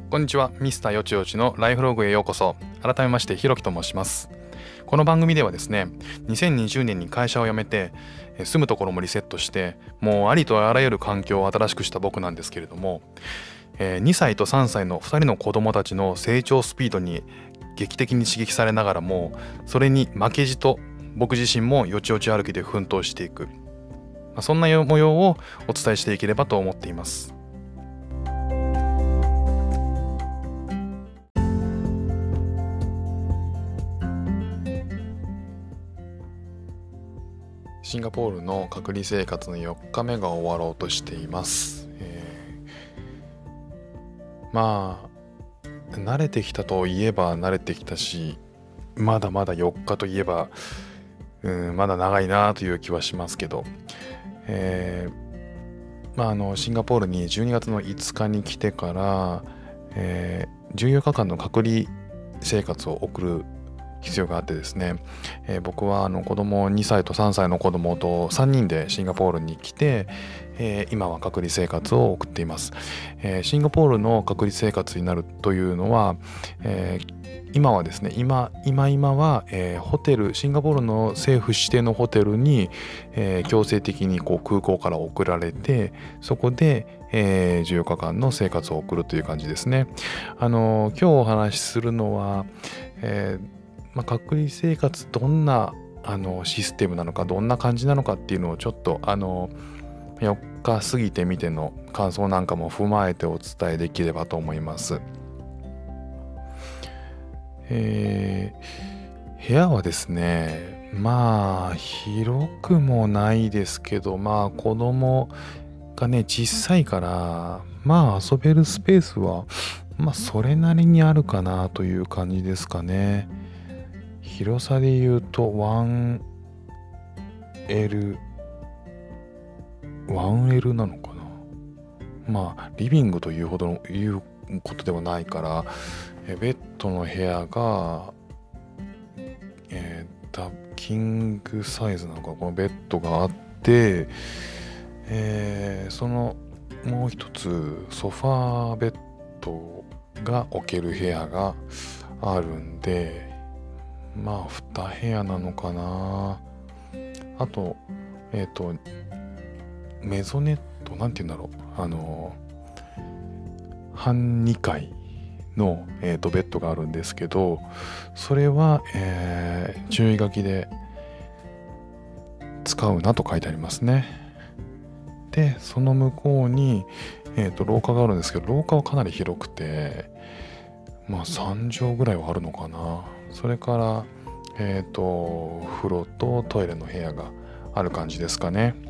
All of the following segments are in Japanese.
こんにちは、ミスターよちよちのライフログへようこそ。改めましてひろきと申します。この番組ではですね、2020年に会社を辞めて住むところもリセットして、もうありとあらゆる環境を新しくした僕なんですけれども、2歳と3歳の2人の子供たちの成長スピードに劇的に刺激されながらも、それに負けじと僕自身もよちよち歩きで奮闘していく、そんな模様をお伝えしていければと思っています。シンガポールの隔離生活の4日目が終わろうとしています。慣れてきたといえば慣れてきたし、まだまだ4日といえばまだ長いなという気はしますけど、シンガポールに12月の5日に来てから、14日間の隔離生活を送る必要があってですね、僕は子供2歳と3歳の子供と3人でシンガポールに来て、今は隔離生活を送っています。シンガポールの隔離生活になるというのは、今はですね、今は、ホテル、シンガポールの政府指定のホテルに、強制的に空港から送られて、そこで、14日間の生活を送るという感じですね。今日お話しするのは、隔離生活どんなシステムなのか、どんな感じなのかっていうのをちょっと4日過ぎてみての感想なんかも踏まえてお伝えできればと思います。部屋はですね、広くもないですけど、子供がね小さいから、遊べるスペースはそれなりにあるかなという感じですかね。広さで言うと 1L なのかな。リビングというほどのいうことではないから、ベッドの部屋が、キングサイズなのか、このベッドがあって、そのもう一つソファーベッドが置ける部屋があるんで、2部屋なのかな。あとメゾネットなんて言うんだろう、半2階の、ベッドがあるんですけど、それは、注意書きで使うなと書いてありますね。でその向こうに、廊下があるんですけど、廊下はかなり広くて、3畳ぐらいはあるのかな。それから風呂とトイレの部屋がある感じですかね。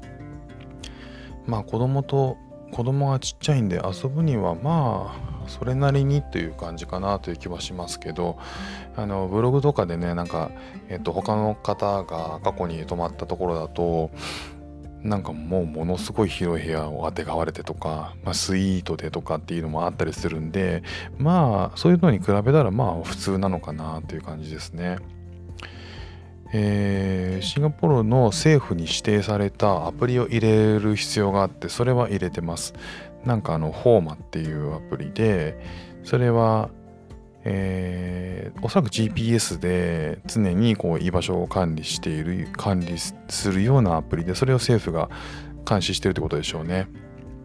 子供がちっちゃいんで遊ぶにはそれなりにという感じかなという気はしますけど、ブログとかでね、他の方が過去に泊まったところだと、もうものすごい広い部屋をあてがわれてとか、スイートでとかっていうのもあったりするんで、そういうのに比べたら普通なのかなという感じですね。シンガポールの政府に指定されたアプリを入れる必要があって、それは入れてます。ホーマっていうアプリで、それはおそらく GPS で常に居場所を管理するようなアプリで、それを政府が監視しているということでしょうね。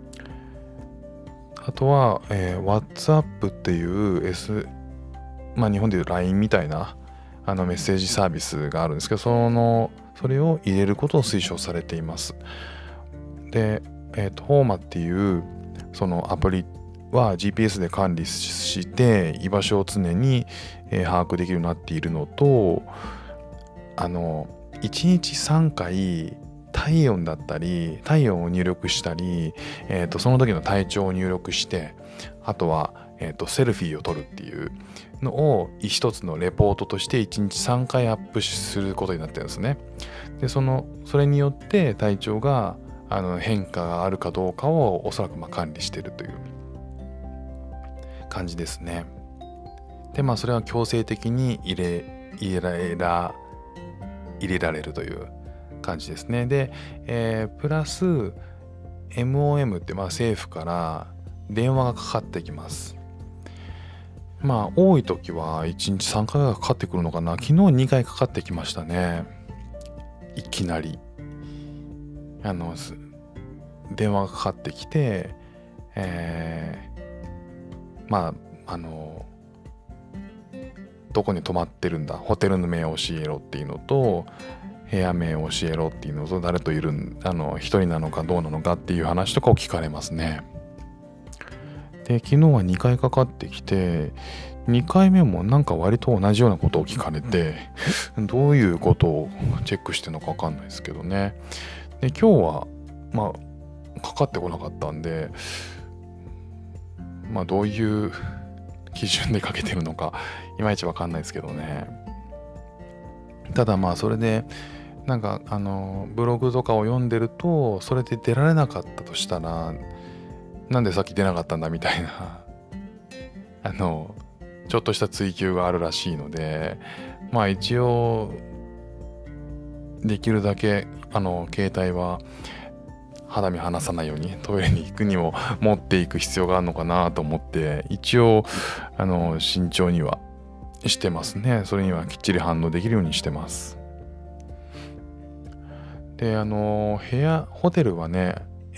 あとは、WhatsApp っていう、日本でいう LINE みたいなメッセージサービスがあるんですけど、それを入れることを推奨されています。で、ホーマっていうそのアプリは GPS で管理して居場所を常に、把握できるようになっているのと、1日3回体温だったり、体温を入力したり、その時の体調を入力して、あとは、セルフィーを撮るっていうのを一つのレポートとして1日3回アップすることになってるんですね。でそれによって体調が変化があるかどうかをおそらく管理しているという感じですね。でそれは強制的に入れられるという感じですね。で、プラス MOM って政府から電話がかかってきます。 多い時は1日3回がかかってくるのかな。昨日2回かかってきましたね。いきなり電話がかかってきて、どこに泊まってるんだ、ホテルの名を教えろっていうのと、部屋名を教えろっていうのと、誰といる一人なのかどうなのかっていう話とかを聞かれますね。で、昨日は2回かかってきて、2回目もなんか割と同じようなことを聞かれて、どういうことをチェックしてるのかわかんないですけどね。で、今日はかかってこなかったんで、どういう基準でかけてるのかいまいちわかんないですけどね。ただそれでなんかブログとかを読んでると、それで出られなかったとしたら、なんでさっき出なかったんだみたいなちょっとした追求があるらしいので、一応できるだけ携帯は肌身離さないように、トイレに行くにも持っていく必要があるのかなと思って、一応慎重にはしてますね。それにはきっちり反応できるようにしてます。で、ホテルはね、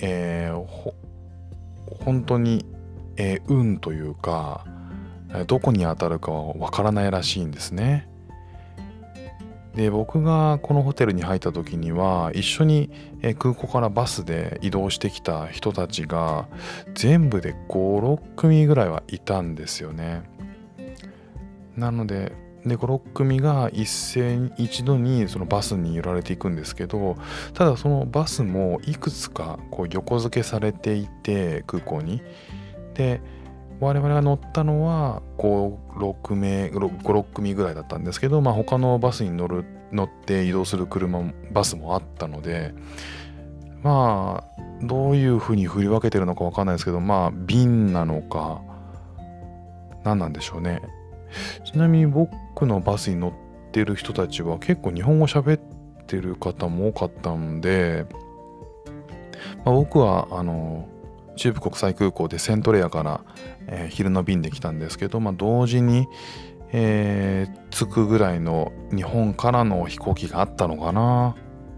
本当に、運というか、どこに当たるかはわからないらしいんですね。で、僕がこのホテルに入った時には、一緒に空港からバスで移動してきた人たちが全部で5、6組ぐらいはいたんですよね。なので、5、6組が一度にそのバスに揺られていくんですけど、ただそのバスもいくつかこう横付けされていて、空港に。で、我々が乗ったのは5、6組ぐらいだったんですけど、他のバスに乗って移動するバスもあったので、どういうふうに振り分けてるのかわかんないですけど、便なのか何なんでしょうね。ちなみに僕のバスに乗ってる人たちは結構日本語喋ってる方も多かったんで、僕は中部国際空港でセントレアから、昼の便で来たんですけど、同時に、着くぐらいの日本からの飛行機があったのかな。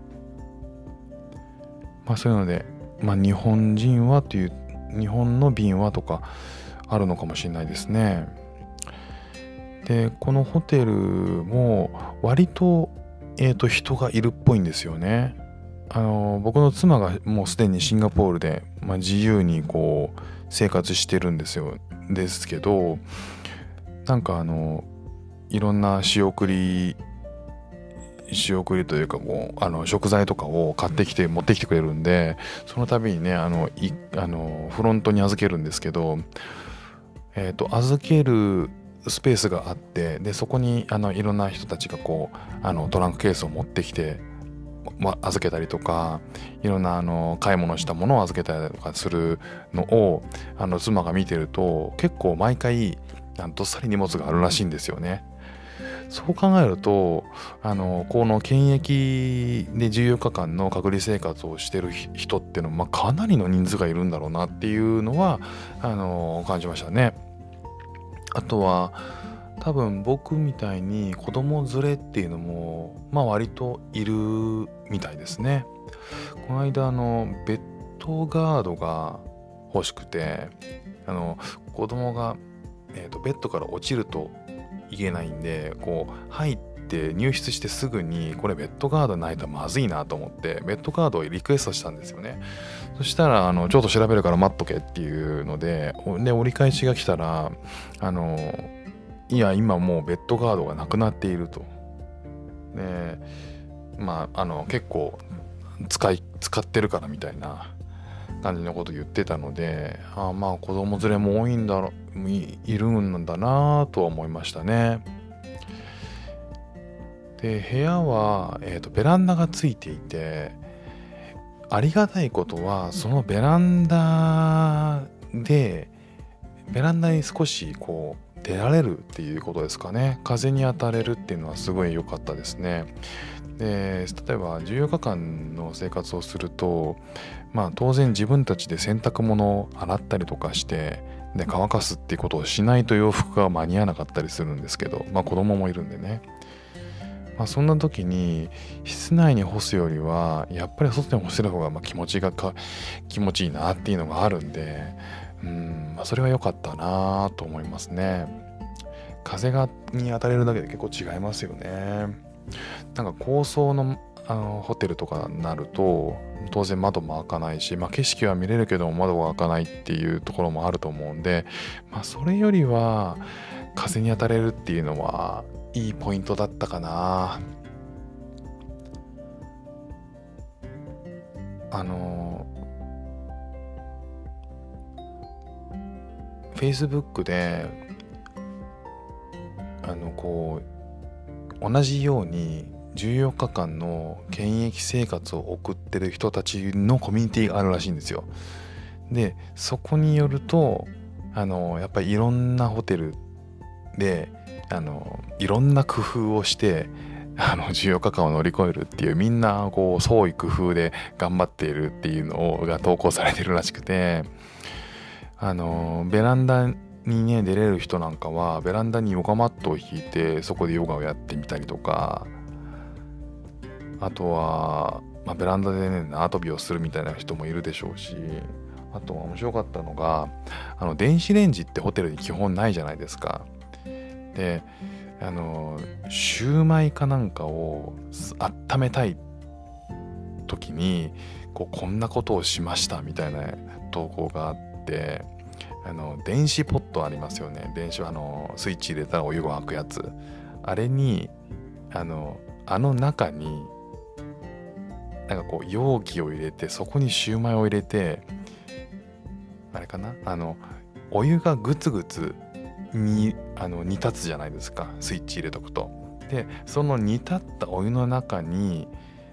そういうので、日本人はという、日本の便はとかあるのかもしれないですね。で、このホテルも割と、人がいるっぽいんですよね。僕の妻がもうすでにシンガポールで、自由にこう生活してるんですけど、なんかいろんな仕送りというか、もう食材とかを買ってきて持ってきてくれるんで、その度にねフロントに預けるんですけど、預けるスペースがあって、でそこにいろんな人たちがこうトランクケースを持ってきて、預けたりとか、いろんな買い物したものを預けたりとかするのを妻が見てると、結構毎回どっさり荷物があるらしいんですよね。そう考えるとこの検疫で14日間の隔離生活をしてる人っていうのは、かなりの人数がいるんだろうなっていうのは感じましたね。あとは多分僕みたいに子供連れっていうのも割といるみたいですね。この間ベッドガードが欲しくて、子供が、ベッドから落ちるといけないんで、こう入って入室してすぐにこれベッドガードないとまずいなと思ってベッドガードをリクエストしたんですよね。そしたらちょっと調べるから待っとけっていうので、折り返しが来たらいや今もうベッドガードがなくなっていると。で結構使ってるからみたいな感じのこと言ってたので、子供連れも多いんだろいるんだなとは思いましたね。で、部屋は、ベランダがついていて、ありがたいことはそのベランダに少しこう出られるっていうことですかね。風に当たれるっていうのはすごい良かったですね。で、例えば14日間の生活をすると、当然自分たちで洗濯物を洗ったりとかしてで乾かすっていうことをしないと洋服が間に合わなかったりするんですけど、子供もいるんでね、そんな時に室内に干すよりはやっぱり外に干せる方が気持ちいいなっていうのがあるんで、それは良かったなと思いますね。風に当たれるだけで結構違いますよね。なんか高層のホテルとかになると当然窓も開かないし、景色は見れるけども窓が開かないっていうところもあると思うんで、それよりは風に当たれるっていうのはいいポイントだったかな。Facebook で同じように14日間の検疫生活を送ってる人たちのコミュニティがあるらしいんですよ。でそこによるとやっぱりいろんなホテルでいろんな工夫をして14日間を乗り越えるっていう、みんな創意工夫で頑張っているっていうのが投稿されてるらしくて、ベランダにね出れる人なんかはベランダにヨガマットを引いてそこでヨガをやってみたりとか、あとは、ベランダでね縄跳びをするみたいな人もいるでしょうし、あとは面白かったのが電子レンジってホテルに基本ないじゃないですか。でシューマイかなんかを温めたい時にこんなことをしましたみたいな投稿があって、電子ポットありますよね。電子スイッチ入れたらお湯が沸くやつ、あれに中になんか容器を入れてそこにシューマイを入れて、あれかな、お湯がグツグツに煮立つじゃないですか、スイッチ入れとくと。でその煮立ったお湯の中に、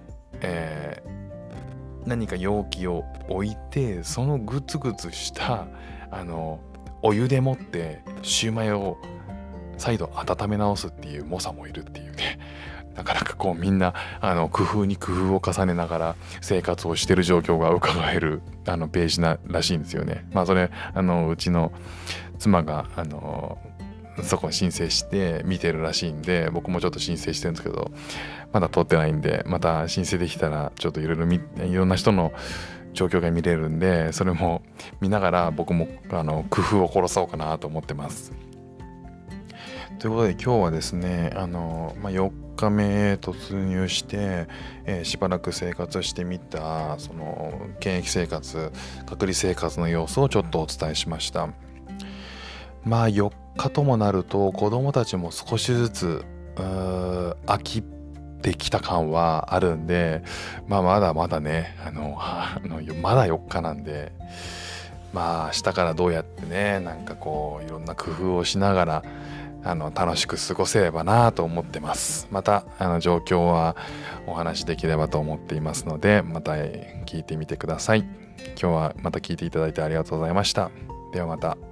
何か容器を置いて、そのグツグツしたお湯でもってシューマイを再度温め直すっていう猛者もいるっていうね、なかなかみんな工夫に工夫を重ねながら生活をしてる状況が伺えるページらしいんですよね。それうちの妻がそこ申請して見てるらしいんで、僕もちょっと申請してるんですけどまだ通ってないんで、また申請できたらちょっといろんな人の状況が見れるんで、それも見ながら僕も工夫を殺そうかなと思ってます。ということで今日はですね4日目へ突入して、しばらく生活してみたその検疫生活、隔離生活の様子をちょっとお伝えしました。4日ともなると子どもたちも少しずつ飽きてきた感はあるんで、まだまだねまだ4日なんで、明日からどうやってねなんかいろんな工夫をしながら楽しく過ごせればなと思ってます。また状況はお話しできればと思っていますので、また聞いてみてください。今日はまた聞いていただいてありがとうございました。ではまた。